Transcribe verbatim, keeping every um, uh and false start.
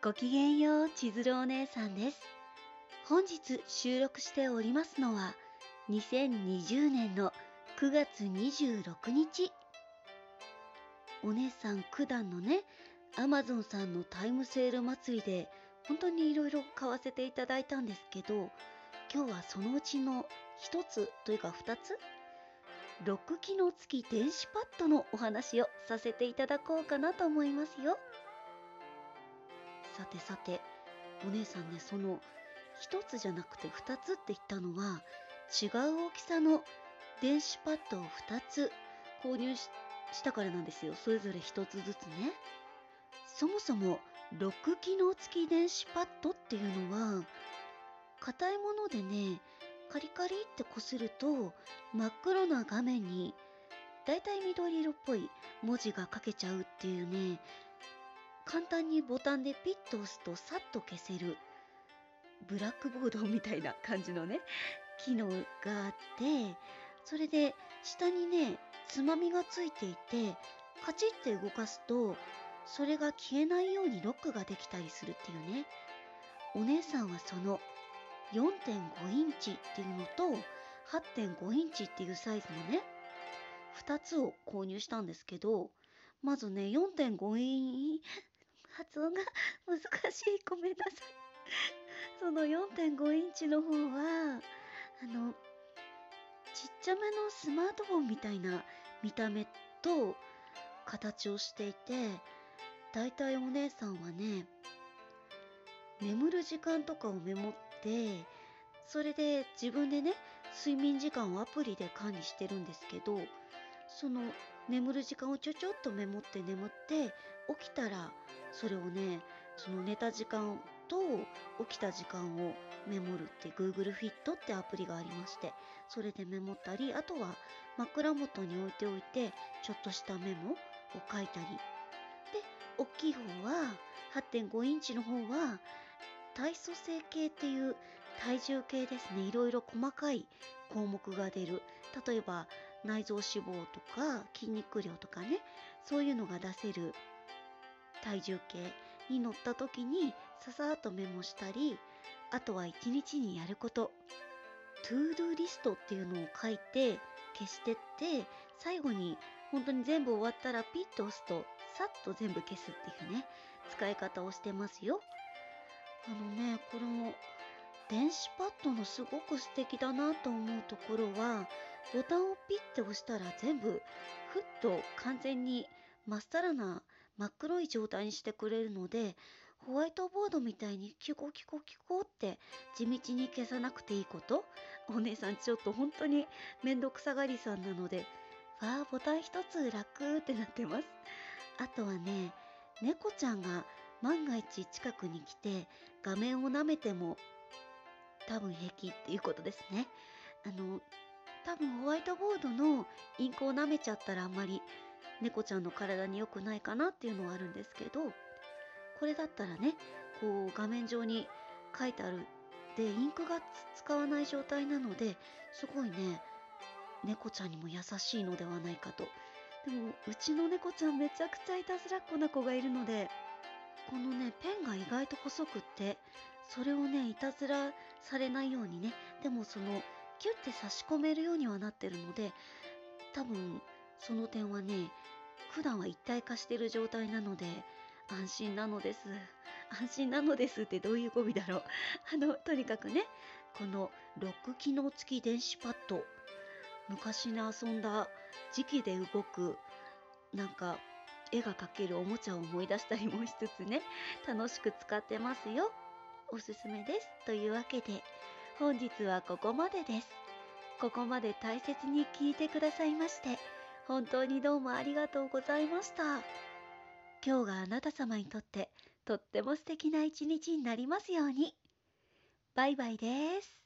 ごきげんよう、千鶴お姉さんです。本日収録しておりますのはにせんにじゅうねんのくがつにじゅうろくにち。お姉さん九段のね、アマゾンさんのタイムセール祭りで本当にいろいろ買わせていただいたんですけど、今日はそのうちの一つというか二つ、ロック機能付き電子パッドのお話をさせていただこうかなと思いますよ。さてさて、お姉さんね、その一つじゃなくて二つって言ったのは、違う大きさの電子パッドを二つ購入ししたからなんですよ。それぞれ一つずつね。そもそもロック機能付き電子パッドっていうのは、硬いものでね、カリカリってこすると真っ黒な画面にだいたい緑色っぽい文字が書けちゃうっていうね、簡単にボタンでピッと押すとさっと消せるブラックボードみたいな感じのね、機能があって、それで下にね、つまみがついていて、カチッて動かすと、それが消えないようにロックができたりするっていうね。お姉さんはその よんてんご インチっていうのと はってんご インチっていうサイズのね、ふたつを購入したんですけど、まずね、よんてんごイン、発音が難しい。ごめんなさい。その よんてんご インチの方は、あの、ちっちゃめのスマートフォンみたいな見た目と形をしていて、だいたいお姉さんはね、眠る時間とかをメモって、それで自分でね、睡眠時間をアプリで管理してるんですけど、その眠る時間をちょちょっとメモって眠って、起きたらそれをね、その寝た時間と起きた時間をメモるって Google Fit ってアプリがありまして、それでメモったり、あとは枕元に置いておいてちょっとしたメモを書いたりで、大きい方は はってんご インチの方は体組成計っていう体重計ですね。いろいろ細かい項目が出る。例えば内臓脂肪とか筋肉量とかね、そういうのが出せる体重計に乗った時にささっとメモしたり、あとはいちにちにやること、トゥードゥリストっていうのを書いて消してって、最後に本当に全部終わったらピッと押すとさっと全部消すっていうね、使い方をしてますよ。あのね、これも電子パッドのすごく素敵だなと思うところは、ボタンをピッて押したら全部ふっと完全にまっさらな真っ黒い状態にしてくれるので、ホワイトボードみたいにキュコキュコキュコって地道に消さなくていいこと。お姉さんちょっと本当にめんどくさがりさんなので、わあボタン一つ楽ってなってます。あとはね、猫ちゃんが万が一近くに来て画面を舐めても多分平気っていうことですね。あの、多分ホワイトボードのインクを舐めちゃったらあんまり猫ちゃんの体に良くないかなっていうのはあるんですけど、これだったらね、こう画面上に書いてあるで、インクが使わない状態なので、すごいね、猫ちゃんにも優しいのではないかと。でも、うちの猫ちゃんめちゃくちゃいたずらっ子な子がいるので、このね、ペンが意外と細くって、それをね、いたずらされないようにね、でもその、キュッて差し込めるようにはなってるので、多分、その点はね、普段は一体化してる状態なので、安心なのです。安心なのですってどういう語尾だろう。あの、とにかくね、このロック機能付き電子パッド、昔に遊んだ磁気で動くなんか絵が描けるおもちゃを思い出したりもしつつね、楽しく使ってますよ。おすすめです。というわけで本日はここまでです。ここまで大切に聞いてくださいまして本当にどうもありがとうございました。今日があなた様にとってとっても素敵な一日になりますように。バイバイです。